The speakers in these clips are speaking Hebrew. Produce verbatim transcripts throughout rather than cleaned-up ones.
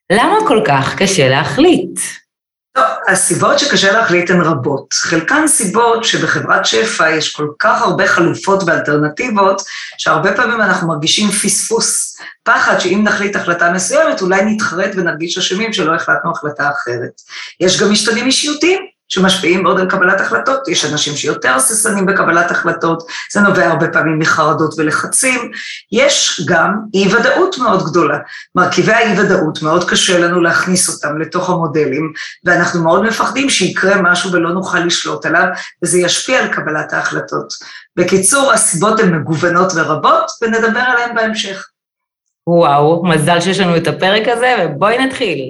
למה כל כך קשה להחליט? טוב, הסיבות שקשה להחליט הן רבות. חלקן סיבות שבחברת שפע יש כל כך הרבה חלופות ואלטרנטיבות, שהרבה פעמים אנחנו מרגישים פספוס, פחד שאם נחליט החלטה מסוימת, אולי נתחרט ונרגיש אשמים שלא החלטנו החלטה אחרת. יש גם משתנים אישיותיים שמשפיעים מאוד על קבלת החלטות, יש אנשים שיותר הססנים בקבלת החלטות, זה נובע הרבה פעמים מחרדות ולחצים, יש גם אי-ודאות מאוד גדולה, מרכיבי האי-ודאות מאוד קשה לנו להכניס אותם לתוך המודלים, ואנחנו מאוד מפחדים שיקרה משהו ולא נוכל לשלוט עליו, וזה ישפיע על קבלת ההחלטות. בקיצור, הסיבות הן מגוונות ורבות, ונדבר עליהן בהמשך. וואו, מזל שיש לנו את הפרק הזה, ובואי נתחיל.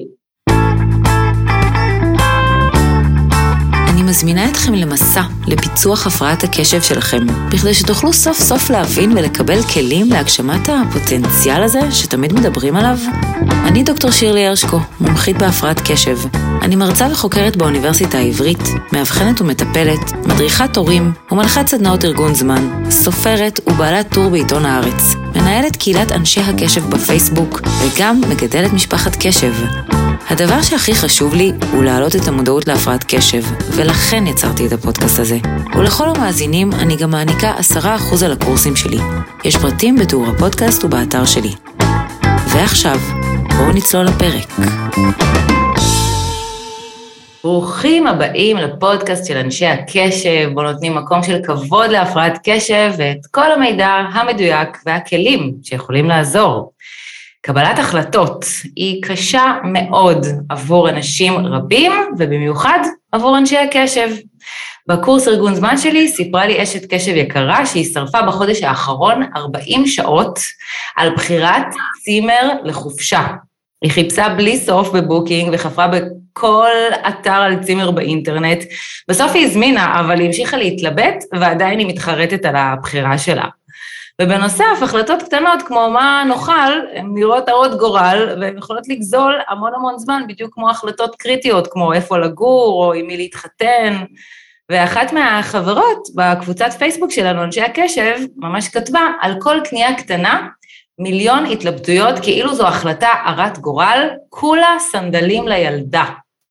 אני מזמינה אתכם למסע, לפיצוח הפרעת הקשב שלכם, בכדי שתוכלו סוף סוף להבין ולקבל כלים להגשמת הפוטנציאל הזה שתמיד מדברים עליו. אני דוקטור שירלי הרשקו, מומחית בהפרעת קשב. אני מרצה וחוקרת באוניברסיטה העברית, מאבחנת ומטפלת, מדריכת הורים ומנחת סדנאות ארגון זמן, סופרת ובעלת טור בעיתון הארץ, מנהלת קהילת אנשי הקשב בפייסבוק וגם מגדלת משפחת קשב. הדבר שהכי חשוב לי הוא להעלות את המודעות להפרעת קשב, ולכן יצרתי את הפודקאסט הזה. ולכל המאזינים אני גם מעניקה עשרה אחוז על הקורסים שלי. יש פרטים בתיאור הפודקאסט ובאתר שלי. ועכשיו, בואו נצלול לפרק. ברוכים הבאים לפודקאסט של אנשי הקשב, בו נותנים מקום של כבוד להפרעת קשב, ואת כל המידע המדויק והכלים שיכולים לעזור. קבלת החלטות היא קשה מאוד עבור אנשים רבים, ובמיוחד עבור אנשי הקשב. בקורס ארגון זמן שלי סיפרה לי אשת קשב יקרה שהיא שרפה בחודש האחרון ארבעים שעות על בחירת צימר לחופשה. היא חיפשה בלי סוף בבוקינג וחפרה בכל אתר על צימר באינטרנט. בסוף היא הזמינה, אבל היא המשיכה להתלבט ועדיין היא מתחרטת על הבחירה שלה. ובנוסף, החלטות קטנות כמו מה נאכל, הן נראות הרות גורל, והן יכולות לגזול המון המון זמן, בדיוק כמו החלטות קריטיות, כמו איפה לגור, או עם מי להתחתן. ואחת מהחברות בקבוצת פייסבוק שלנו, אנשי הקשב, ממש כתבה על כל קנייה קטנה, מיליון התלבטויות, כאילו זו החלטה הרת גורל, כולה סנדלים לילדה.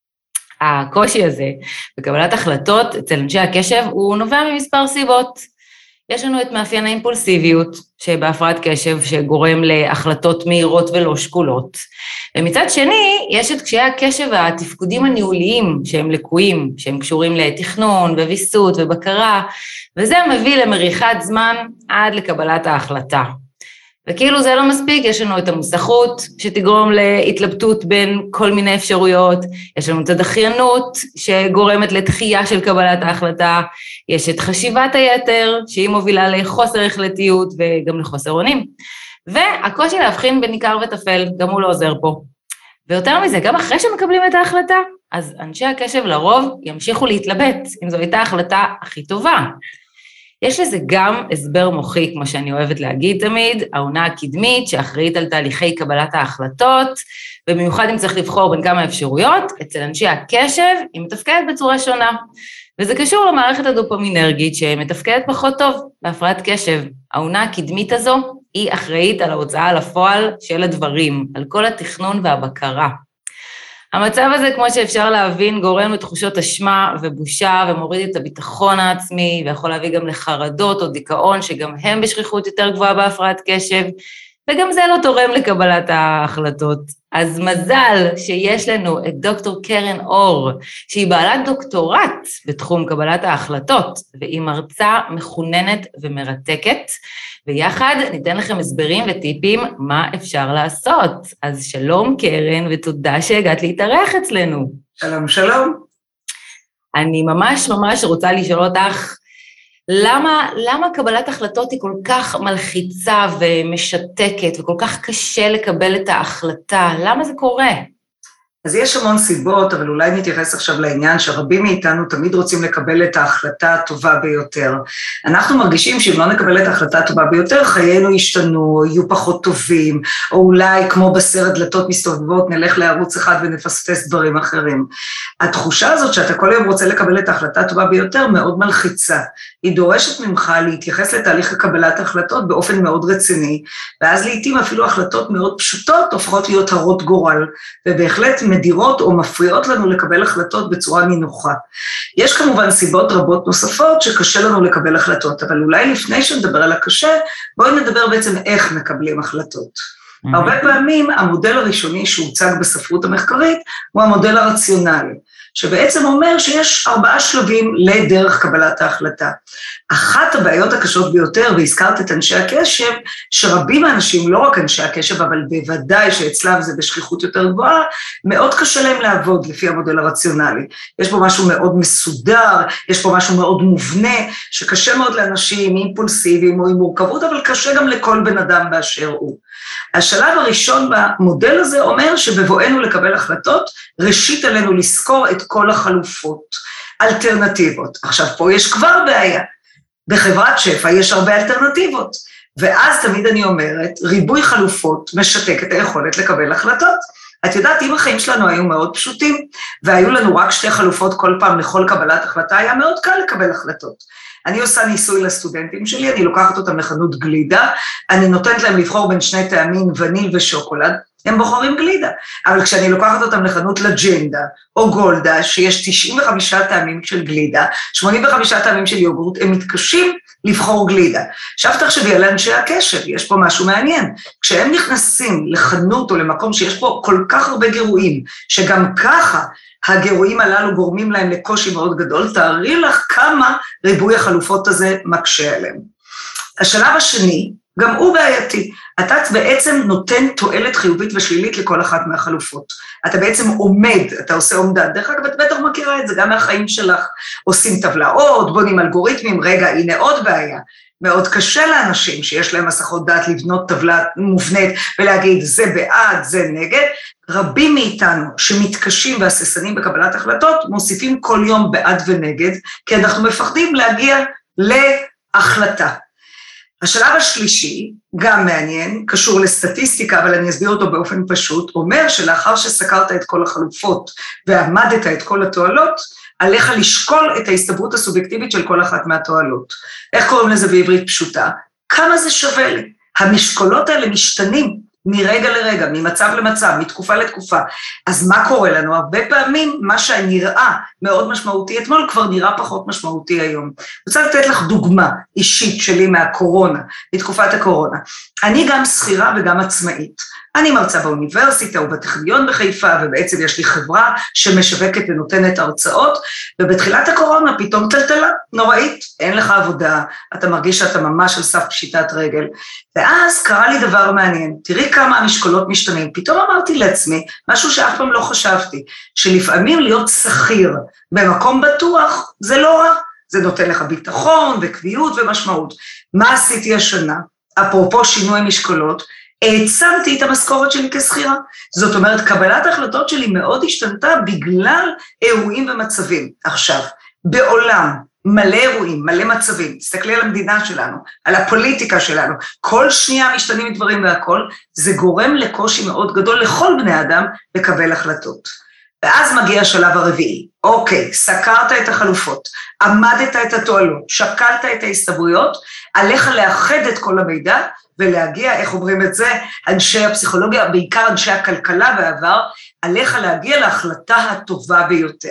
הקושי הזה, בקבלת החלטות אצל אנשי הקשב, הוא נובע ממספר סיבות. יש לנו את מאפיין האימפולסיביות, שבהפרעת קשב שגורם להחלטות מהירות ולא שקולות. ומצד שני, יש את קשיי הקשב והתפקודים הניהוליים שהם לקויים, שהם קשורים לתכנון וויסות ובקרה, וזה מביא למריחת זמן עד לקבלת ההחלטה. וכאילו זה לא מספיק, יש לנו את המוסכות שתגרום להתלבטות בין כל מיני אפשרויות, יש לנו את הדחיינות שגורמת לתחייה של קבלת ההחלטה, יש את חשיבת היתר שהיא מובילה לחוסר החלטיות וגם לחוסר אונים, והקושי להבחין בין עיקר וטפל, גם הוא לא עוזר פה. ויותר מזה, גם אחרי שמקבלים את ההחלטה, אז אנשי הקשב לרוב ימשיכו להתלבט, אם זו הייתה ההחלטה הכי טובה. יש לזה גם הסבר מוחי, כמו שאני אוהבת להגיד תמיד, העונה הקדמית שאחראית על תהליכי קבלת ההחלטות, ובמיוחד אם צריך לבחור בין כמה אפשרויות, אצל אנשי הקשב היא מתפקדת בצורה שונה. וזה קשור למערכת הדופמינרגית שמתפקדת פחות טוב בהפרעת קשב. העונה הקדמית הזו היא אחראית על ההוצאה לפועל של הדברים, על כל התכנון והבקרה. המצב הזה, כמו שאפשר להבין, גורם לתחושות אשמה ובושה ומוריד את הביטחון העצמי, ויכול להביא גם לחרדות או דיכאון, שגם הם בשכיחות יותר גבוהה בהפרעת קשב, וגם זה לא תורם לקבלת ההחלטות. אז מזל שיש לנו את דוקטור קרן אור, שהיא בעלת דוקטורט בתחום קבלת ההחלטות, והיא מרצה מחוננת ומרתקת, ויחד ניתן לכם הסברים וטיפים מה אפשר לעשות. אז שלום קרן, ותודה שהגעת להתארח אצלנו. שלום, שלום. אני ממש ממש רוצה לשאול אותך, למה, למה קבלת החלטות היא כל כך מלחיצה ומשתקת, וכל כך קשה לקבל את ההחלטה? למה זה קורה? אז יש המון סיבות, אבל אולי נתייחס עכשיו לעניין שרבים מאיתנו תמיד רוצים לקבל את ההחלטה הטובה ביותר. אנחנו מרגישים שאם לא נקבל את ההחלטה הטובה ביותר, חיינו ישתנו, יהיו פחות טובים, או אולי כמו בסרט דלתות מסתובבות, נלך לערוץ אחד ונפספס דברים אחרים. התחושה הזאת שאתה כל יום רוצה לקבל את ההחלטה הטובה ביותר, מאוד מלחיצה. היא דורשת ממך להתייחס לתהליך קבלת ההחלטות באופן מאוד רציני, ואז לעתים אפילו החלטות מאוד פשוטות הופכות להיות הרות גורל, ובהחלט מדירות או מפריעות לנו לקבל החלטות בצורה נינוחה. יש כמובן סיבות רבות נוספות שקשה לנו לקבל החלטות, אבל אולי לפני שנדבר על הקשה, בואי נדבר בעצם איך מקבלים החלטות. Mm-hmm. הרבה פעמים המודל הראשוני שהוצג בספרות המחקרית הוא המודל הרציונלי, שבעצם אומר שיש ארבעה שלבים לדרך קבלת ההחלטה. אחת הבעיות הקשות ביותר, והזכרת את אנשי הקשב, שרבים האנשים, לא רק אנשי הקשב, אבל בוודאי שאצלם זה בשכיחות יותר גבוהה, מאוד קשה להם לעבוד לפי המודל הרציונלי. יש פה משהו מאוד מסודר, יש פה משהו מאוד מובנה, שקשה מאוד לאנשים אימפולסיביים או עם מורכבות, אבל קשה גם לכל בן אדם באשר הוא. השלב הראשון במודל הזה אומר שבבואנו לקבל החלטות, ראשית עלינו לזכור את כל החלופות, אלטרנטיבות. עכשיו, פה יש כבר בעיה. בחברת שפע יש הרבה אלטרנטיבות, ואז תמיד אני אומרת, ריבוי חלופות משתק את היכולת לקבל החלטות. את יודעת, אם החיים שלנו היו מאוד פשוטים, והיו לנו רק שתי חלופות כל פעם לכל קבלת החלטה, היה מאוד קל לקבל החלטות. אני עושה ניסוי לסטודנטים שלי, אני לוקחת אותם לחנות גלידה, אני נותנת להם לבחור בין שני טעמים, וניל ושוקולד, הם בוחרים גלידה, אבל כשאני לוקחת אותם לחנות לג'נדה, או גולדה, שיש תשעים וחמישה טעמים של גלידה, שמונים וחמישה טעמים של יוגורט, הם מתקשים לבחור גלידה. עכשיו תחשבי על אנשי הקשב, יש פה משהו מעניין, כשהם נכנסים לחנות או למקום שיש פה כל כך הרבה גירויים, שגם ככה הגירויים הללו גורמים להם לקושי מאוד גדול, תארי לך כמה ריבוי החלופות הזה מקשה עליהם. השלב השני, גם הוא בעייתי, אתה בעצם נותן תועלת חיובית ושלילית לכל אחת מהחלופות. אתה בעצם עומד, אתה עושה עומדה, דרך אגב, את בטח מכירה את זה, גם מהחיים שלך, עושים טבלאות, בונים אלגוריתמים, רגע, הנה עוד בעיה. מאוד קשה לאנשים שיש להם מסכות דעת לבנות טבלה מובנית ולהגיד זה בעד, זה נגד. רבים מאיתנו שמתקשים והססנים בקבלת החלטות מוסיפים כל יום בעד ונגד, כי אנחנו מפחדים להגיע להחלטה. השלב השלישי, גם מעניין, קשור לסטטיסטיקה, אבל אני אסביר אותו באופן פשוט, אומר שלאחר שסקרת את כל החלופות ועמדת את כל התועלות, עליך לשקול את ההסתברות הסובייקטיבית של כל אחת מהתועלות. איך קוראים לזה בעברית פשוטה? כמה זה שווה לי? המשקולות האלה משתנים מרגע לרגע, ממצב למצב, מתקופה לתקופה. אז מה קורה לנו? הרבה פעמים מה שנראה מאוד משמעותי אתמול כבר נראה פחות משמעותי היום. אני רוצה לתת לך דוגמה אישית שלי מהקורונה, מתקופת הקורונה. אני גם שכירה וגם עצמאית. אני מרצה באוניברסיטה ובטכניון בחיפה, ובעצם יש לי חברה שמשווקת ונותנת הרצאות, ובתחילת הקורונה פתאום טלטלה, נוראית, אין לך עבודה, אתה מרגיש שאתה ממש על סף פשיטת רגל, ואז קרה לי דבר מעניין, תראי כמה המשקולות משתנים, פתאום אמרתי לעצמי, משהו שאף פעם לא חשבתי, שלפעמים להיות שכיר במקום בטוח, זה לא רע, זה נותן לך ביטחון וקביעות ומשמעות. מה עשיתי השנה? אפרופו שינוי משקולות, העצמתי את המשכורת שלי כשכירה. זאת אומרת, קבלת ההחלטות שלי מאוד השתנתה בגלל אירועים ומצבים. עכשיו, בעולם מלא אירועים, מלא מצבים, תסתכלי על המדינה שלנו, על הפוליטיקה שלנו, כל שנייה משתנים דברים והכל, זה גורם לקושי מאוד גדול לכל בני אדם לקבל החלטות. ואז מגיע השלב הרביעי, אוקיי, סקרת את החלופות, עמדת את התועלות, שקלת את ההסתברויות, עליך לאחד את כל המידע, ולהגיע, איך אומרים את זה, אנשי הפסיכולוגיה, בעיקר אנשי הכלכלה בעבר, עליך להגיע להחלטה הטובה ביותר.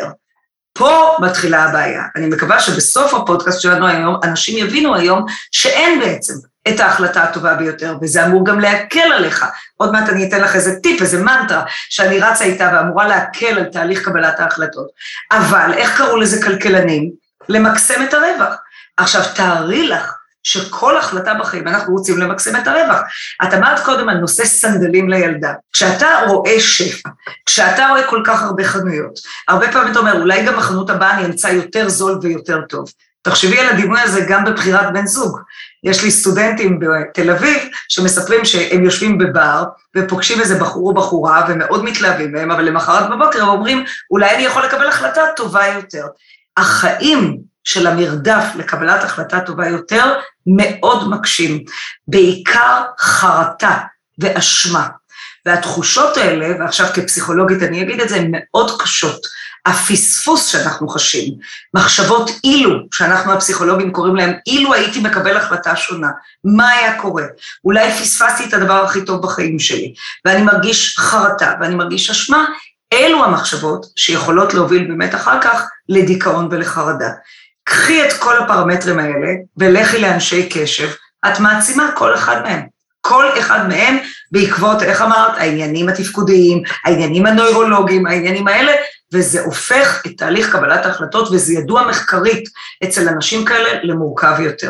פה מתחילה הבעיה. אני מקווה שבסוף הפודקאסט שלנו היום, אנשים יבינו היום שאין בעצם את ההחלטה הטובה ביותר, וזה אמור גם להקל עליך. עוד מעט אני אתן לך איזה טיפ, איזה מנטרה, שאני רצה איתה ואמורה להקל על תהליך קבלת ההחלטות. אבל איך קראו לזה כלכלנים? למקסם את הרווח. עכשיו, תארי לך, שכל החלטה בחיים, אנחנו רוצים למקסם את הרווח. את אמרת קודם על נושא סנדלים לילדה. כשאתה רואה שפע, כשאתה רואה כל כך הרבה חנויות, הרבה פעמים אתה אומר, אולי גם החנות הבאה אני אמצא יותר זול ויותר טוב. תחשבי על הדימוי הזה גם בבחירת בן זוג. יש לי סטודנטים בתל אביב שמספרים שהם יושבים בבר ופוגשים איזה בחור או בחורה ומאוד מתלהבים מהם, אבל למחרת בבוקר הם אומרים, אולי אני יכול לקבל החלטה טובה יותר. החיים של המרדף לקבלת החלטה טובה יותר מאוד מקשים, בעיקר חרטה ואשמה. והתחושות האלה, ועכשיו כפסיכולוגית אני אגיד את זה, הן מאוד קשות. הפספוס שאנחנו חשים, מחשבות אילו, שאנחנו הפסיכולוגים קוראים להם, אילו הייתי מקבל החלטה שונה, מה היה קורה? אולי פספסתי את הדבר הכי טוב בחיים שלי, ואני מרגיש חרטה, ואני מרגיש אשמה, אלו המחשבות שיכולות להוביל באמת אחר כך לדיכאון ולחרדה. קחי את כל הפרמטרים האלה, ולכי לאנשי קשב, את מעצימה כל אחד מהם. כל אחד מהם בעקבות, איך אמרת, העניינים התפקודיים, העניינים הנוירולוגיים, העניינים האלה, וזה הופך את תהליך קבלת ההחלטות, וזה ידוע מחקרית אצל אנשים כאלה למורכב יותר.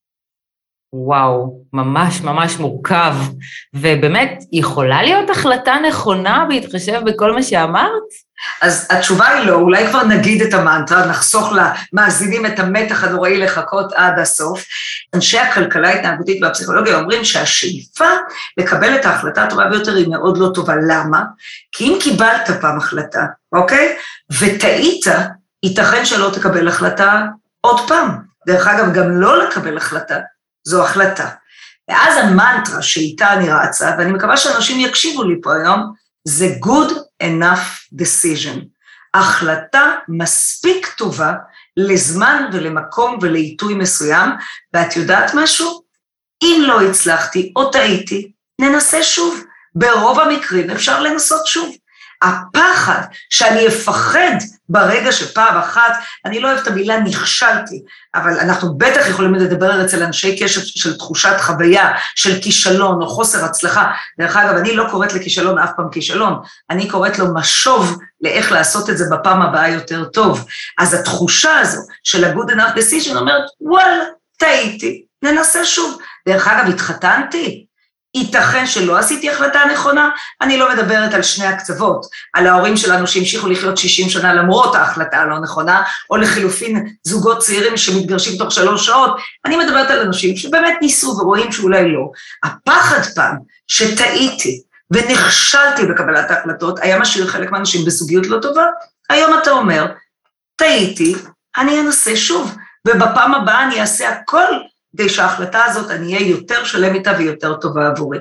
וואו, ממש ממש מורכב, ובאמת יכולה להיות החלטה נכונה בהתחשב בכל מה שאמרת? אז התשובה היא לא, אולי כבר נגיד את המנטרה, נחסוך למאזינים את המתח הנוראי לחכות עד הסוף. אנשי הכלכלה ההתנהגותית והפסיכולוגיה אומרים שהשאיפה לקבל את ההחלטה הטובה ביותר היא מאוד לא טובה. למה? כי אם קיבלת פעם החלטה, אוקיי? וטעית, ייתכן שלא תקבל החלטה עוד פעם. דרך אגב, גם לא לקבל החלטה, זו החלטה. ואז המנטרה שאיתה אני רצה, ואני מקווה שאנשים יקשיבו לי פה היום, זה good enough decision. החלטה מספיק טובה לזמן ולמקום ולעיתוי מסוים, ואת יודעת משהו? אם לא הצלחתי או טעיתי, ננסה שוב. ברוב המקרים אפשר לנסות שוב. הפחד שאני אפחד ברגע שפעם אחת, אני לא אוהב את המילה נכשלתי, אבל אנחנו בטח יכולים לדבר אצל אנשי קשב של תחושת חוויה, של כישלון או חוסר הצלחה. דרך אגב, אני לא קוראת לכישלון אף פעם כישלון, אני קוראת לו משוב לאיך לעשות את זה בפעם הבאה יותר טוב. אז התחושה הזו של ה-good enough decision אומרת, וואלה, טעיתי, ננסה שוב. דרך אגב, התחתנתי, ייתכן שלא עשיתי החלטה נכונה, אני לא מדברת על שני הקצוות, על ההורים שלנו שהמשיכו לחיות שישים שנה למרות ההחלטה הלא נכונה, או לחילופין זוגות צעירים שמתגרשים תוך שלוש שעות, אני מדברת על אנשים שבאמת ניסו ורואים שאולי לא. הפחד פעם שטעיתי ונכשלתי בקבלת ההחלטות, היה משאיר חלק מהאנשים בזוגיות לא טובה, היום אתה אומר, טעיתי, אני אנסה שוב, ובפעם הבאה אני אעשה הכל, כדי שההחלטה הזאת אני אהיה יותר שלם איתה ויותר טובה עבורי.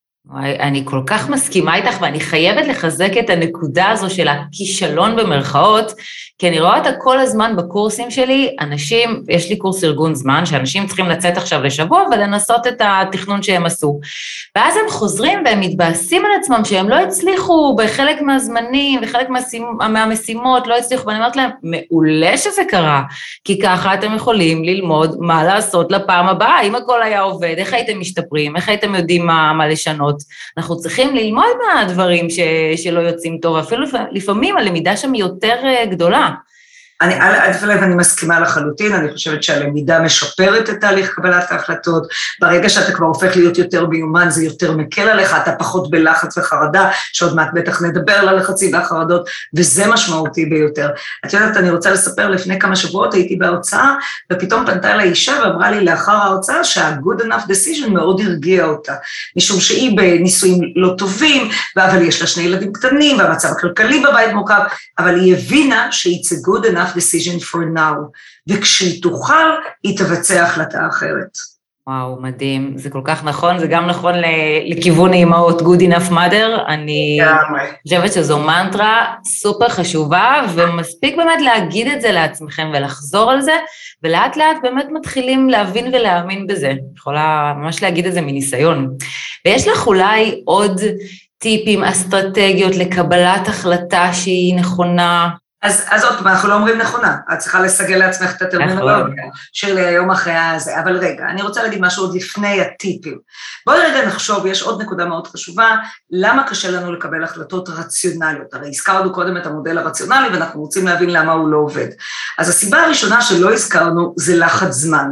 אני כל כך מסכימה איתך, ואני חייבת לחזק את הנקודה הזו של הכישלון במרכאות, כי אני רואה אותה כל הזמן בקורסים שלי, אנשים, יש לי קורס ארגון זמן, שאנשים צריכים לצאת עכשיו לשבוע, ולנסות את התכנון שהם עשו. ואז הם חוזרים והם מתבאסים על עצמם, שהם לא הצליחו בחלק מהזמנים, וחלק מהמשימות לא הצליחו, ואני אומרת להם, מעולה שזה קרה, כי ככה אתם יכולים ללמוד מה לעשות לפעם הבאה, אם הכל היה עובד, איך הייתם משתפרים, איך הייתם יודעים מה, מה לשנות. אנחנו צריכים ללמוד מהדברים ש, שלא יוצאים טוב, אפילו לפעמים הלמידה שם היא יותר גדולה. אני, עד ולב אני מסכימה לחלוטין, אני חושבת שהלמידה משפרת את תהליך קבלת ההחלטות, ברגע שאתה כבר הופך להיות יותר מיומן, זה יותר מקל עליך, אתה פחות בלחץ וחרדה, שעוד מעט בטח נדבר על הלחצים והחרדות, וזה משמעותי ביותר. את יודעת, אני רוצה לספר, לפני כמה שבועות הייתי בהרצאה, ופתאום פנתה אליי אישה ואמרה לי לאחר ההרצאה, שה-good enough decision מאוד הרגיע אותה, משום שהיא בניסויים לא טובים, אבל יש לה שני ילדים קטנים, והמצב הכלכלי בבית מורכב, אבל היא הבינה שהיא it's a good enough decision for now, וכשהיא תוכל, היא תבצע החלטה אחרת. וואו, מדהים, זה כל כך נכון, זה גם נכון לכיוון האימהות good enough mother, אני חושבת שזו מנטרה סופר חשובה, ומספיק באמת להגיד את זה לעצמכם ולחזור על זה, ולאט לאט באמת מתחילים להבין ולהאמין בזה, יכולה ממש להגיד את זה מניסיון. ויש לך אולי עוד טיפים, אסטרטגיות לקבלת החלטה שהיא נכונה? אז, אז עוד פעם, אנחנו לא אומרים נכונה, את צריכה לסגל לעצמך את הטרמינולוגיה, שירלי היום אחרי הזה, אבל רגע, אני רוצה להגיד משהו עוד לפני הטיפים. בואי רגע נחשוב, יש עוד נקודה מאוד חשובה, למה קשה לנו לקבל החלטות רציונליות? הרי הזכרנו קודם את המודל הרציונלי, ואנחנו רוצים להבין למה הוא לא עובד. אז הסיבה הראשונה שלא הזכרנו זה לחץ זמן,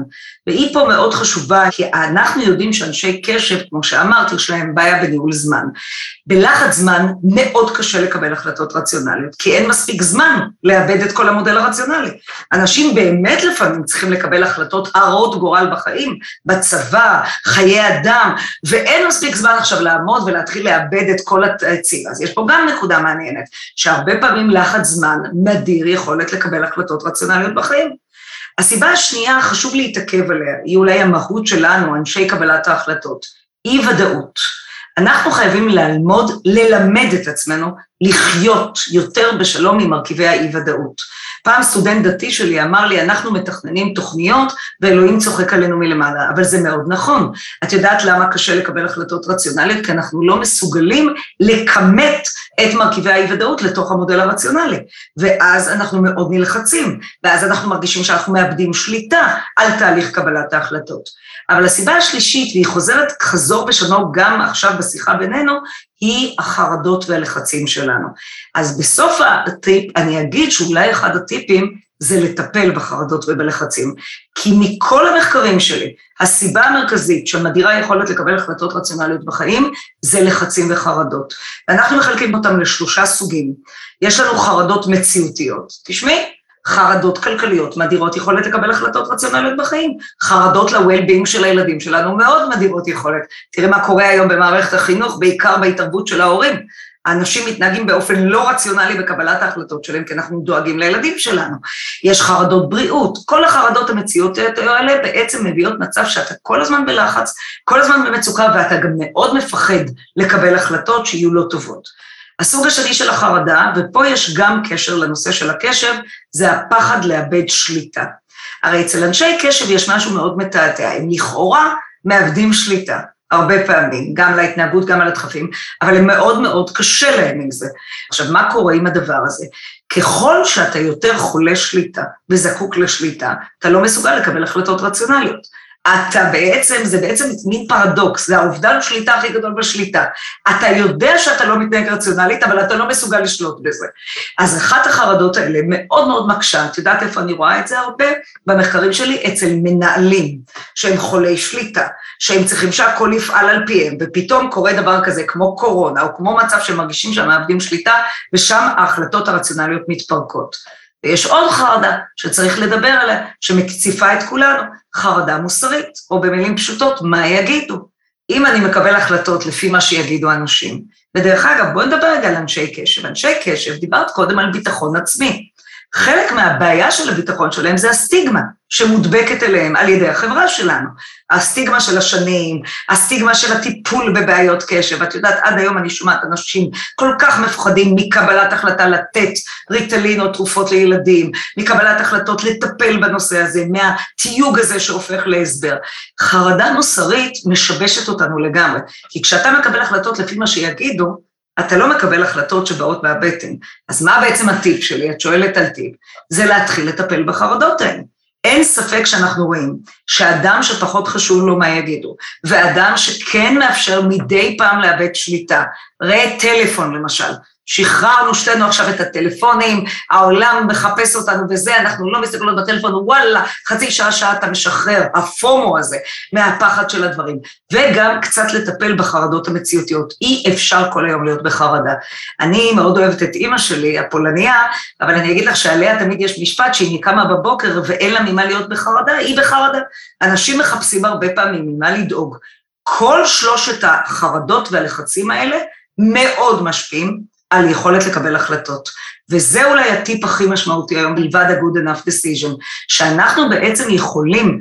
והיא פה מאוד חשובה, כי אנחנו יודעים שאנשי קשב, כמו שאמרתי, יש להם בעיה בניהול זמן. בלחץ זמן מאוד קשה לקבל החלטות רציונליות, כי אין מספיק זמן לאבד את כל המודל הרציונלי. אנשים באמת לפעמים צריכים לקבל החלטות הרות גורל בחיים, בצבא, חיי אדם, ואין מספיק זמן עכשיו לעמוד ולהתחיל לאבד את כל העצים. אז יש פה גם נקודה מעניינת, שהרבה פעמים לחץ זמן מדיר יכולת לקבל החלטות רציונליות בחיים. הסיבה השנייה, חשוב להתעכב עליה, היא אולי המהות שלנו, אנשי קבלת ההחלטות, אי ודאות. אנחנו חייבים ללמוד, ללמד את עצמנו, לחיות יותר בשלום עם מרכיבי האי-ודאות. פעם סטודנט דתי שלי אמר לי, אנחנו מתכננים תוכניות, ואלוהים צוחק עלינו מלמעלה, אבל זה מאוד נכון. את יודעת למה קשה לקבל החלטות רציונליות? כי אנחנו לא מסוגלים לכמת את מרכיבי האי-ודאות לתוך המודל הרציונלי, ואז אנחנו מאוד נלחצים, ואז אנחנו מרגישים שאנחנו מאבדים שליטה על תהליך קבלת ההחלטות. אבל הסיבה השלישית, והיא חוזרת חזור ושנו גם עכשיו בשיחה בינינו, היא החרדות והלחצים שלנו. אז בסוף הטיפ, אני אגיד שאולי אחד הטיפים זה לטפל בחרדות ובלחצים, כי מכל המחקרים שלי, הסיבה המרכזית שמדירה יכולת לקבל החלטות רציונליות בחיים, זה לחצים וחרדות. ואנחנו מחלקים אותם לשלושה סוגים. יש לנו חרדות מציאותיות. תשמעי, חרדות כלכליות מדירות יכולת לקבל החלטות רציונליות בחיים, חרדות ל-well-being של הילדים שלנו מאוד מדירות יכולת. תראה מה קורה היום במערכת החינוך, בעיקר בהתערבות של ההורים. האנשים מתנהגים באופן לא רציונלי בקבלת ההחלטות שלהם, כי אנחנו דואגים לילדים שלנו. יש חרדות בריאות, כל החרדות המציאותיות האלה בעצם מביאות מצב שאתה כל הזמן בלחץ, כל הזמן במצוקה, ואתה גם מאוד מפחד לקבל החלטות שיהיו לא טובות. הסוג השני של החרדה, ופה יש גם קשר לנושא של הקשב, זה הפחד לאבד שליטה. הרי אצל אנשי קשב יש משהו מאוד מתעתע, הם לכאורה מאבדים שליטה, הרבה פעמים, גם להתנהגות, גם על הדחפים, אבל הם מאוד מאוד קשה להם עם זה. עכשיו, מה קורה עם הדבר הזה? ככל שאתה יותר חולה שליטה וזקוק לשליטה, אתה לא מסוגל לקבל החלטות רציונליות. אתה בעצם, זה בעצם מין פרדוקס, זה האובדן שליטה הכי גדול בשליטה. אתה יודע שאתה לא מתנהג רציונלית, אבל אתה לא מסוגל לשלוט בזה. אז אחת החרדות האלה מאוד מאוד מקשה, את יודעת איפה אני רואה את זה הרבה? במחקרים שלי אצל מנהלים, שהם חולי שליטה, שהם צריכים שהכל יפעל על פיהם, ופתאום קורה דבר כזה כמו קורונה, או כמו מצב שמרגישים שהם מאבדים שליטה, ושם ההחלטות הרציונליות מתפרקות. ויש עוד חרדה שצריך לדבר עליה, שמציפה את כולנו, חרדה מוסרית, או במילים פשוטות, מה יגידו? אם אני מקבל החלטות לפי מה שיגידו אנשים, ודרך אגב, בואו נדבר רגע על אנשי קשב. אנשי קשב, דיברת קודם על ביטחון עצמי. חלק מהבעיה של הביטחון שלהם זה הסטיגמה שמודבקת אליהם על ידי החברה שלנו. הסטיגמה של השנים, הסטיגמה של הטיפול בבעיות קשב. את יודעת, עד היום אני שומעת אנשים כל כך מפוחדים מקבלת החלטה לתת ריטלין או תרופות לילדים, מקבלת החלטות לטפל בנושא הזה, מהתיוג הזה שהופך להסבר. חרדה מוסרית משבשת אותנו לגמרי, כי כשאתה מקבל החלטות לפי מה שיגידו, אתה לא מקבל החלטות שבאות מהבטן. אז מה בעצם הטיפ שלי? את שואלת על טיפ. זה להתחיל לטפל בחרדות האלה. אין ספק שאנחנו רואים שאדם שפחות חשוב לו מה יגידו, ואדם שכן מאפשר מדי פעם לאבד שליטה, ראה טלפון למשל, שחררנו שתינו עכשיו את הטלפונים, העולם מחפש אותנו וזה, אנחנו לא מסתכלות בטלפון, וואלה, חצי שעה שעה אתה משחרר, הפומו הזה, מהפחד של הדברים, וגם קצת לטפל בחרדות המציאותיות, אי אפשר כל היום להיות בחרדה. אני מאוד אוהבת את אמא שלי, הפולניה, אבל אני אגיד לך שעליה תמיד יש משפט, שהיא קמה בבוקר ואין לה ממה להיות בחרדה, היא בחרדה. אנשים מחפשים הרבה פעמים ממה לדאוג. כל שלושת החרדות והלחצים האלה מאוד משפיעים, על יכולת לקבל החלטות. וזה אולי הטיפ הכי משמעותי היום, בלבד ה-good enough decision, שאנחנו בעצם יכולים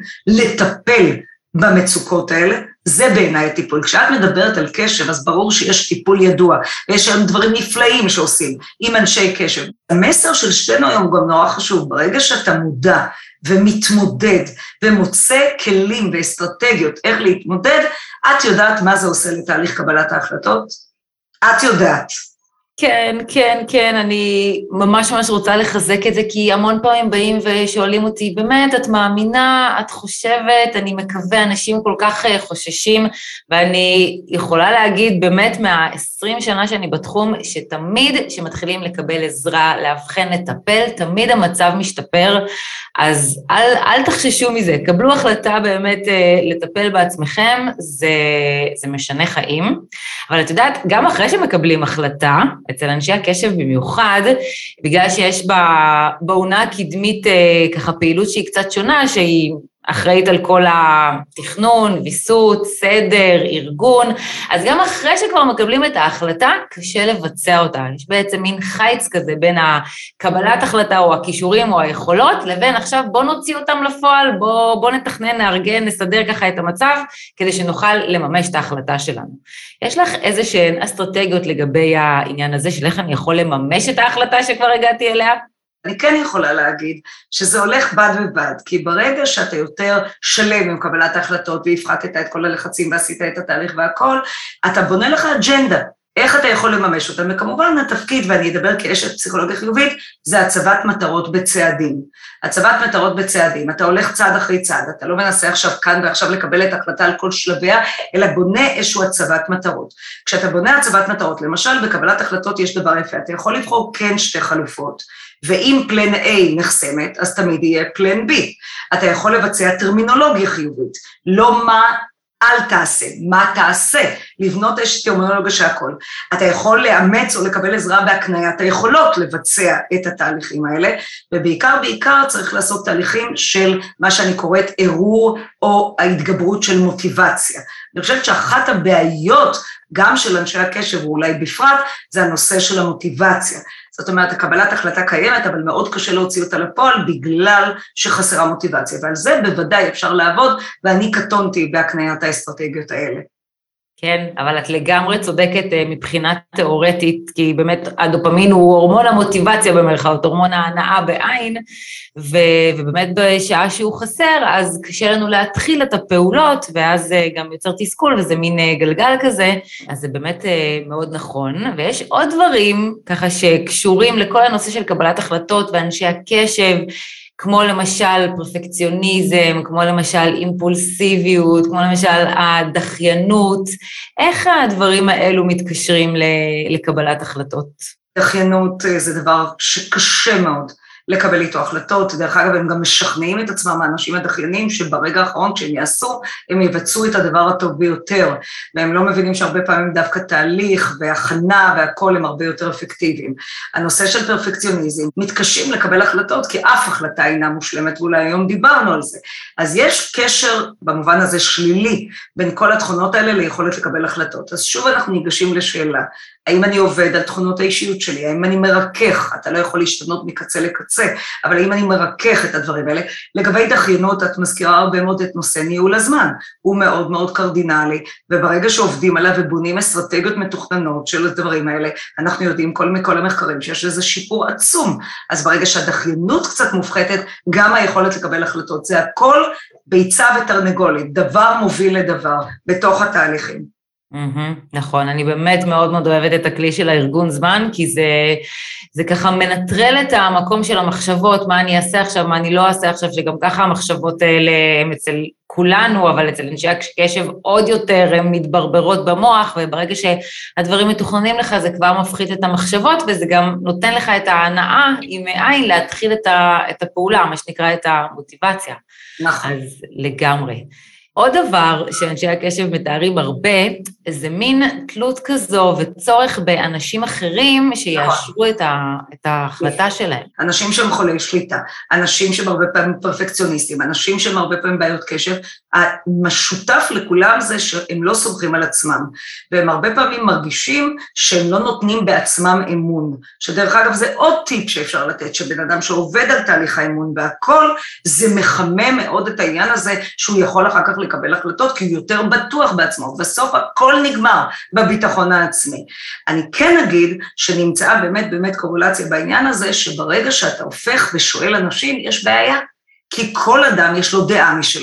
לטפל במצוקות האלה, זה בעיניי הטיפול. כשאת מדברת על קשב, אז ברור שיש טיפול ידוע, ויש שם דברים נפלאים שעושים עם אנשי קשב. המסר של שתינו היום הוא גם נורא חשוב, ברגע שאתה מודע ומתמודד, ומוצא כלים ואסטרטגיות איך להתמודד, את יודעת מה זה עושה לתהליך קבלת ההחלטות? את יודעת. כן, כן, כן, אני ממש ממש רוצה לחזק את זה, כי המון פעמים באים ושואלים אותי, באמת, את מאמינה, את חושבת, אני מקווה, אנשים כל כך חוששים, ואני יכולה להגיד באמת מה-עשרים שנה שאני בתחום, שתמיד שמתחילים לקבל עזרה, להבחן, לטפל, תמיד המצב משתפר, אז אל, אל תחששו מזה, קבלו החלטה באמת לטפל בעצמכם, זה, זה משנה חיים, אבל את יודעת, גם אחרי שמקבלים החלטה, אצל אנשי הקשב במיוחד, בגלל שיש בעונה הקדמית ככה פעילות שהיא קצת שונה, שהיא אחראית על כל התכנון, ויסות, סדר, ארגון, אז גם אחרי שכבר מקבלים את ההחלטה, קשה לבצע אותה. יש בעצם מין חיץ כזה בין הקבלת החלטה או הכישורים או היכולות, לבין עכשיו בוא נוציא אותם לפועל, בוא, בוא נתכנן, נארגן, נסדר ככה את המצב, כדי שנוכל לממש את ההחלטה שלנו. יש לך איזה שהן אסטרטגיות לגבי העניין הזה, של איך אני יכול לממש את ההחלטה שכבר הגעתי אליה? אני כן יכולה להגיד שזה הולך בד ובד, כי ברגע שאתה יותר שלם עם קבלת ההחלטות והפחתת את כל הלחצים ועשית את התהליך והכל, אתה בונה לך אג'נדה, איך אתה יכול לממש אותה, וכמובן התפקיד, ואני אדבר כאשת פסיכולוגיה חיובית, זה הצבת מטרות בצעדים. הצבת מטרות בצעדים, אתה הולך צעד אחרי צעד, אתה לא מנסה עכשיו כאן ועכשיו לקבל את ההחלטה על כל שלביה, אלא בונה איזשהו הצבת מטרות. כשאתה בונה הצבת מטרות, למשל בקבלת החלטות יש דבר יפה, אתה יכול לבחור כן שתי חלופות, ואם פלן A נחסמת, אז תמיד יהיה פלן B. אתה יכול לבצע טרמינולוגיה חיובית, לא מה אל תעשה, מה תעשה, לבנות איזושהי טרמינולוגיה שהכל. אתה יכול לאמץ או לקבל עזרה בהקניית היכולות לבצע את התהליכים האלה, ובעיקר בעיקר צריך לעשות תהליכים של מה שאני קוראת ערעור או ההתגברות של מוטיבציה. אני חושבת שאחת הבעיות גם של אנשי הקשב, ואולי בפרט, זה הנושא של המוטיבציה. זאת אומרת, הקבלת החלטה קיימת, אבל מאוד קשה להוציא אותה לפועל, בגלל שחסרה מוטיבציה, ועל זה בוודאי אפשר לעבוד, ואני קטונתי בהקניית האסטרטגיות האלה. כן, אבל את לגמרי צודקת מבחינה תיאורטית, כי באמת הדופמין הוא הורמון המוטיבציה במרכאות, הורמון ההנאה בעין, ובאמת בשעה שהוא חסר, אז קשה לנו להתחיל את הפעולות, ואז גם יוצר תסכול, וזה מין גלגל כזה, אז זה באמת מאוד נכון, ויש עוד דברים ככה שקשורים לכל הנושא של קבלת החלטות ואנשי הקשב, כמו למשל פרפקציוניזם, כמו למשל אימפולסיביות, כמו למשל הדחיינות, איך הדברים האלו מתקשרים לקבלת החלטות? דחיינות זה דבר שקשה מאוד לקבל איתו החלטות, דרך אגב הם גם משכנעים את עצמם, האנשים הדחיינים שברגע האחרון כשהם יעשו, הם יבצעו את הדבר הטוב ביותר, והם לא מבינים שהרבה פעמים דווקא תהליך והכנה והכל הם הרבה יותר אפקטיביים. הנושא של פרפקציוניזם, מתקשים לקבל החלטות, כי אף החלטה אינה מושלמת, ואולי היום דיברנו על זה. אז יש קשר במובן הזה שלילי, בין כל התכונות האלה ליכולת לקבל החלטות. אז שוב אנחנו ניגשים לשאלה, האם אני עובד על תכונות האישיות שלי, האם אני מרכך, אתה לא יכול להשתנות מקצה לקצה, אבל האם אני מרכך את הדברים האלה, לגבי דחיינות את מזכירה הרבה מאוד את נושא ניהול הזמן, הוא מאוד מאוד קרדינלי, וברגע שעובדים עליו ובונים אסטרטגיות מתוכננות של הדברים האלה, אנחנו יודעים כל מכל המחקרים שיש לזה שיפור עצום, אז ברגע שהדחיינות קצת מופחתת, גם היכולת לקבל החלטות, זה הכל ביצה ותרנגולת, דבר מוביל לדבר בתוך התהליכים. נכון, אני באמת מאוד מאוד אוהבת את הכלי של הארגון זמן, כי זה, זה ככה מנטרל את המקום של המחשבות, מה אני אעשה עכשיו, מה אני לא אעשה עכשיו, שגם ככה המחשבות האלה הם אצל כולנו, אבל אצל אנשי הקשב עוד יותר הן מתברברות במוח, וברגע שהדברים מתוכננים לך, זה כבר מפחית את המחשבות, וזה גם נותן לך את ההנאה עם עין להתחיל את, ה, את הפעולה, מה שנקרא את המוטיבציה. נכון. אז לגמרי. עוד דבר שאנשי הקשב מתארים הרבה, זה מין תלות כזו וצורך באנשים אחרים שיאשרו את, ה, את ההחלטה שלהם. אנשים שהם חולי שליטה, אנשים שהם הרבה פעמים פרפקציוניסטים, אנשים שהם הרבה פעמים בעיות קשב, המשותף לכולם זה שהם לא סומכים על עצמם, והם הרבה פעמים מרגישים שהם לא נותנים בעצמם אמון, שדרך אגב זה עוד טיפ שאפשר לתת, שבן אדם שעובד על תהליך האמון והכל, זה מחמם מאוד את העניין הזה, שהוא יכול אחר כך לקבל החלטות, כי הוא יותר בטוח בעצמו, בסוף הכל נגמר בביטחון העצמי. אני כן אגיד שנמצאה באמת באמת קורולציה בעניין הזה, שברגע שאתה הופך ושואל אנשים, יש בעיה, כי כל אדם יש לו דעה משלו,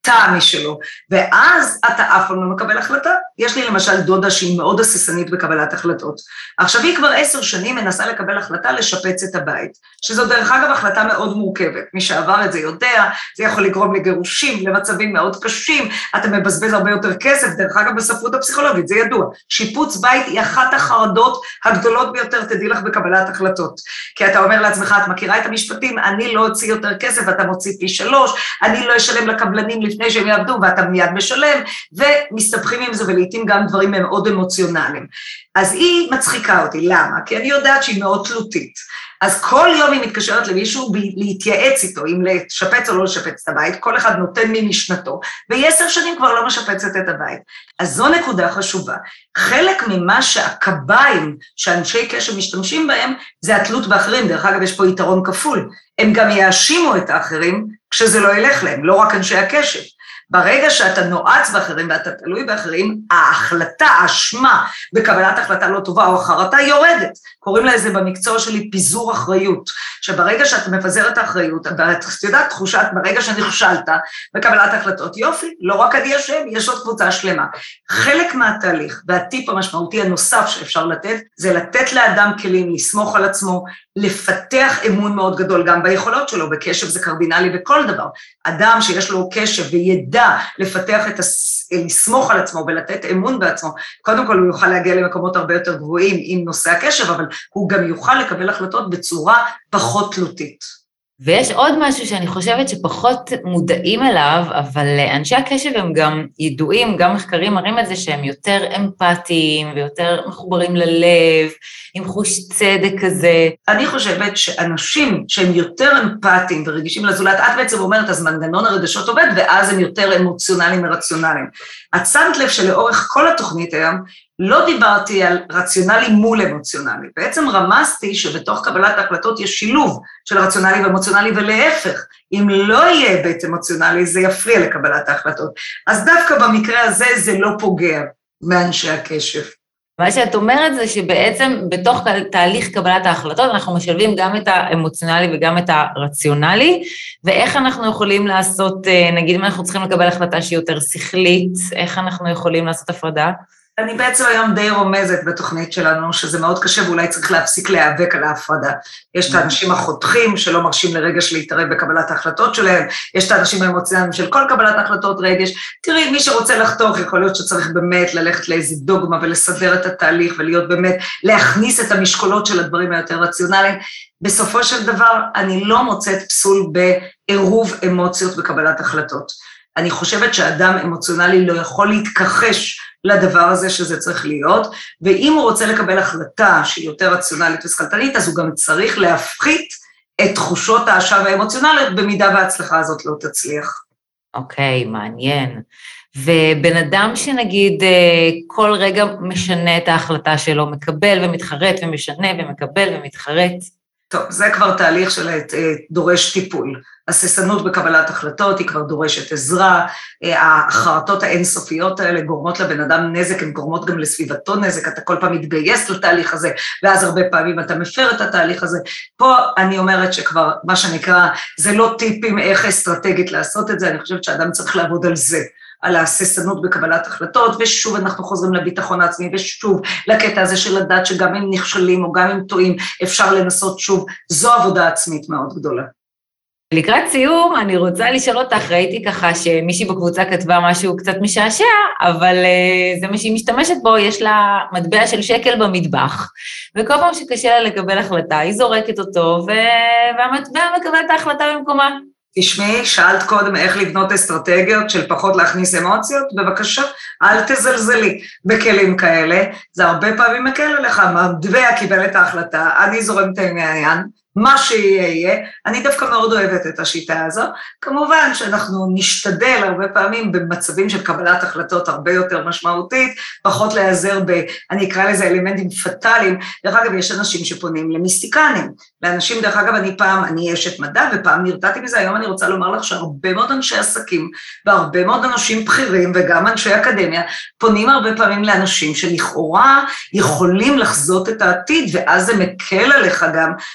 טעם משלו, ואז אתה אף פעם לא מקבל החלטה. יש לי למשל דודה שהיא מאוד הססנית בקבלת החלטות. עכשיו היא כבר עשר שנים מנסה לקבל החלטה לשפץ את הבית, שזו דרך אגב החלטה מאוד מורכבת. מי שעבר את זה יודע, זה יכול לגרום לגירושים, למצבים מאוד קשים, אתה מבזבז הרבה יותר כסף, דרך אגב בספרות הפסיכולוגית, זה ידוע. שיפוץ בית היא אחת החרדות הגדולות ביותר, תדעי לך בקבלת החלטות. כי אתה אומר לעצמך, את מכירה את המשפטים, אני לא אוציא יותר כסף, ואתה מוציא פי שלוש, אני לא אשלם לקבלנים לפני שהם יעבדו, ואתה מיד משלם, ומסתבכים עם זה, ולעיתים גם דברים מאוד אמוציונליים. אז היא מצחיקה אותי, למה? כי אני יודעת שהיא מאוד תלותית. אז כל יום היא מתקשרת למישהו להתייעץ איתו, אם לשפץ או לא לשפץ את הבית, כל אחד נותן ממשנתו, והיא עשר שנים כבר לא משפצת את הבית. אז זו נקודה חשובה. חלק ממה שהקביים שאנשי קשב משתמשים בהם, זה התלות באחרים. דרך אגב, יש פה יתרון כפול. הם גם יאשימו את האחרים כשזה לא ילך להם, לא רק אנשי הקשב. ברגע שאתה נועץ באחרים ואתה תלוי באחרים, ההחלטה, האשמה בקבלת החלטה לא טובה או החרטה יורדת. קוראים לזה במקצוע שלי פיזור אחריות, שברגע שאתה מפזר את האחריות, ואת יודעת תחושת, ברגע שנכשלת בקבלת החלטות, יופי, לא רק אני אשם, יש עוד קבוצה שלמה. חלק מהתהליך והטיפ המשמעותי הנוסף שאפשר לתת, זה לתת לאדם כלים, לסמוך על עצמו, לפתח אמון מאוד גדול גם ביכולות שלו, בקשב זה קרדינלי בכל דבר. אדם שיש לו קשב וידע לפתח את, לסמוך על עצמו ולתת אמון בעצמו, קודם כל הוא יוכל להגיע למקומות הרבה יותר גבוהים עם נושא הקשב, אבל הוא גם יוכל לקבל החלטות בצורה פחות תלותית. ויש עוד משהו שאני חושבת שפחות מודעים אליו, אבל אנשי הקשב הם גם ידועים, גם מחקרים מראים את זה שהם יותר אמפתיים ויותר מחוברים ללב, עם חוש צדק כזה. אני חושבת שאנשים שהם יותר אמפתיים ורגישים לזולת, את בעצם אומרת, אז מנגנון הרגשות עובד, ואז הם יותר אמוציונליים ורציונליים. את שמת לב שלאורך כל התוכנית היום, לא דיברתי על רציונלי מול אמוציונלי, בעצם רמזתי שבתוך קבלת ההחלטות יש שילוב של רציונלי ואמוציונלי, ולהפך, אם לא יהיה היבט אמוציונלי, זה יפריע לקבלת ההחלטות. אז דווקא במקרה הזה זה לא פוגע מאנשי הקשב. מה שאת אומרת זה שבעצם בתוך תהליך קבלת ההחלטות, אנחנו משלבים גם את האמוציונלי וגם את הרציונלי, ואיך אנחנו יכולים לעשות, נגיד אם אנחנו צריכים לקבל החלטה שהיא יותר שכלית, איך אנחנו יכולים לעשות הפרדה? אני בעצם היום די רומזת בתוכנית שלנו, שזה מאוד קשה, ואולי צריך להפסיק להיאבק על ההפרדה. יש את האנשים החותכים, שלא מרשים לרגש להתערב בקבלת ההחלטות שלהם, יש את האנשים האמוציונליים של כל קבלת ההחלטות רגש. תראי, מי שרוצה לחתוך, יכול להיות שצריך באמת ללכת לאיזו דוגמה, ולסדר את התהליך, ולהיות באמת, להכניס את המשקולות של הדברים היותר רציונליים. בסופו של דבר, אני לא מוצאת פסול בעירוב אמוציות בקבלת החלטות. אני חושבת שאדם אמוציונלי לא יכול להתכחש לדבר הזה שזה צריך להיות, ואם הוא רוצה לקבל החלטה שהיא יותר רציונלית וסכלתנית, אז הוא גם צריך להפחית את תחושות האשם האמוציונליות, במידה וההצלחה הזאת לא תצליח. אוקיי, מעניין. ובן אדם שנגיד כל רגע משנה את ההחלטה שלו, מקבל ומתחרט ומשנה ומקבל ומתחרט. טוב, זה כבר תהליך של דורש טיפול. הססנות בקבלת החלטות היא כבר דורשת עזרה, החרטות האינסופיות האלה גורמות לבן אדם נזק, הן גורמות גם לסביבתו נזק, אתה כל פעם מתגייס לתהליך הזה, ואז הרבה פעמים אתה מפר את התהליך הזה. פה אני אומרת שכבר, מה שנקרא, זה לא טיפים איך אסטרטגית לעשות את זה, אני חושבת שאדם צריך לעבוד על זה. על הססנות בקבלת החלטות, ושוב אנחנו חוזרים לביטחון העצמי, ושוב לקטע הזה של לדעת שגם אם נכשלים או גם אם טועים, אפשר לנסות שוב, זו עבודה עצמית מאוד גדולה. לקראת סיום, אני רוצה לשאול אותך, ראיתי ככה שמישהי בקבוצה כתבה משהו קצת משעשע, אבל uh, זה מה שהיא משתמשת בו, יש לה מטבע של שקל במטבח, וכל פעם שקשה לה לקבל החלטה, היא זורקת אותו, והמטבע מקבל את ההחלטה במקומה. תשמעי, שאלת קודם איך לבנות אסטרטגיות של פחות להכניס אמוציות, בבקשה, אל תזלזלי בכלים כאלה, זה הרבה פעמים מקל עליך, מטבע קיבל את ההחלטה, אני זורמת עם העניין, מה שיהיה, אני דווקא מאוד אוהבת את השיטה הזו, כמובן שאנחנו נשתדל הרבה פעמים במצבים של קבלת החלטות הרבה יותר משמעותית, פחות להיעזר ב, אני אקרא לזה אלמנטים פטליים, דרך אגב יש אנשים שפונים למיסטיקנים, לאנשים דרך אגב אני פעם, אני אשת מדע ופעם נרתעתי מזה, היום אני רוצה לומר לך שהרבה מאוד אנשי עסקים, והרבה מאוד אנשים בכירים וגם אנשי אקדמיה, פונים הרבה פעמים לאנשים שלכאורה יכולים לחזות את העתיד, ואז זה מקל עליך גם בתהליך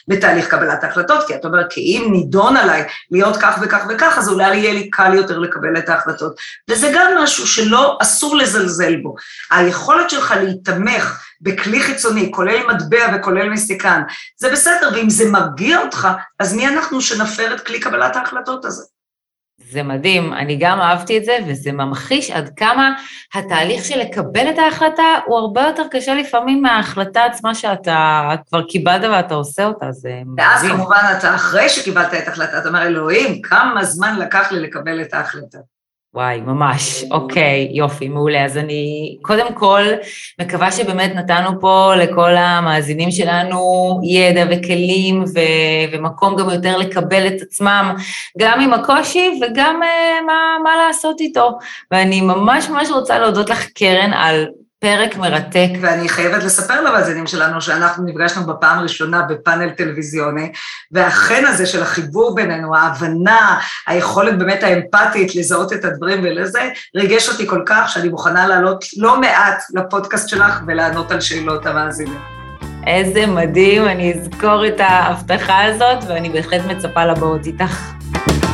דרך קבלת ההחלטות, כי את אומרת, כי אם נידון עליי להיות כך וכך וכך, אז אולי יהיה לי קל יותר לקבל את ההחלטות. וזה גם משהו שלא אסור לזלזל בו. היכולת שלך להתמך בכלי חיצוני, כולל מטבע וכולל מיסטיקן, זה בסדר, ואם זה מרגיע אותך, אז מי אנחנו שנפר את כלי קבלת ההחלטות הזה? זה מדהים, אני גם אהבתי את זה, וזה ממחיש עד כמה התהליך של לקבל את ההחלטה, הוא הרבה יותר קשה לפעמים מההחלטה עצמה שאתה כבר קיבלת ואתה עושה אותה, זה מדהים. ואז כמובן אתה אחרי שקיבלת את ההחלטה, אתה אומר, אלוהים, כמה זמן לקח לי לקבל את ההחלטה. וואי, ממש, אוקיי, יופי, מעולה. אז אני קודם כל מקווה שבאמת נתנו פה לכל המאזינים שלנו ידע וכלים ו- ומקום גם יותר לקבל את עצמם, גם עם הקושי וגם uh, מה, מה לעשות איתו. ואני ממש ממש רוצה להודות לך, קרן, על פרק מרתק. ואני חייבת לספר למאזינים שלנו שאנחנו נפגשנו בפעם הראשונה בפאנל טלוויזיוני, והחן הזה של החיבור בינינו, ההבנה, היכולת באמת האמפתית לזהות את הדברים ולזה, ריגש אותי כל כך שאני מוכנה לעלות לא מעט לפודקאסט שלך ולענות על שאלות המאזינים. איזה מדהים, אני אזכור את ההבטחה הזאת ואני בהחלט מצפה לבאות איתך.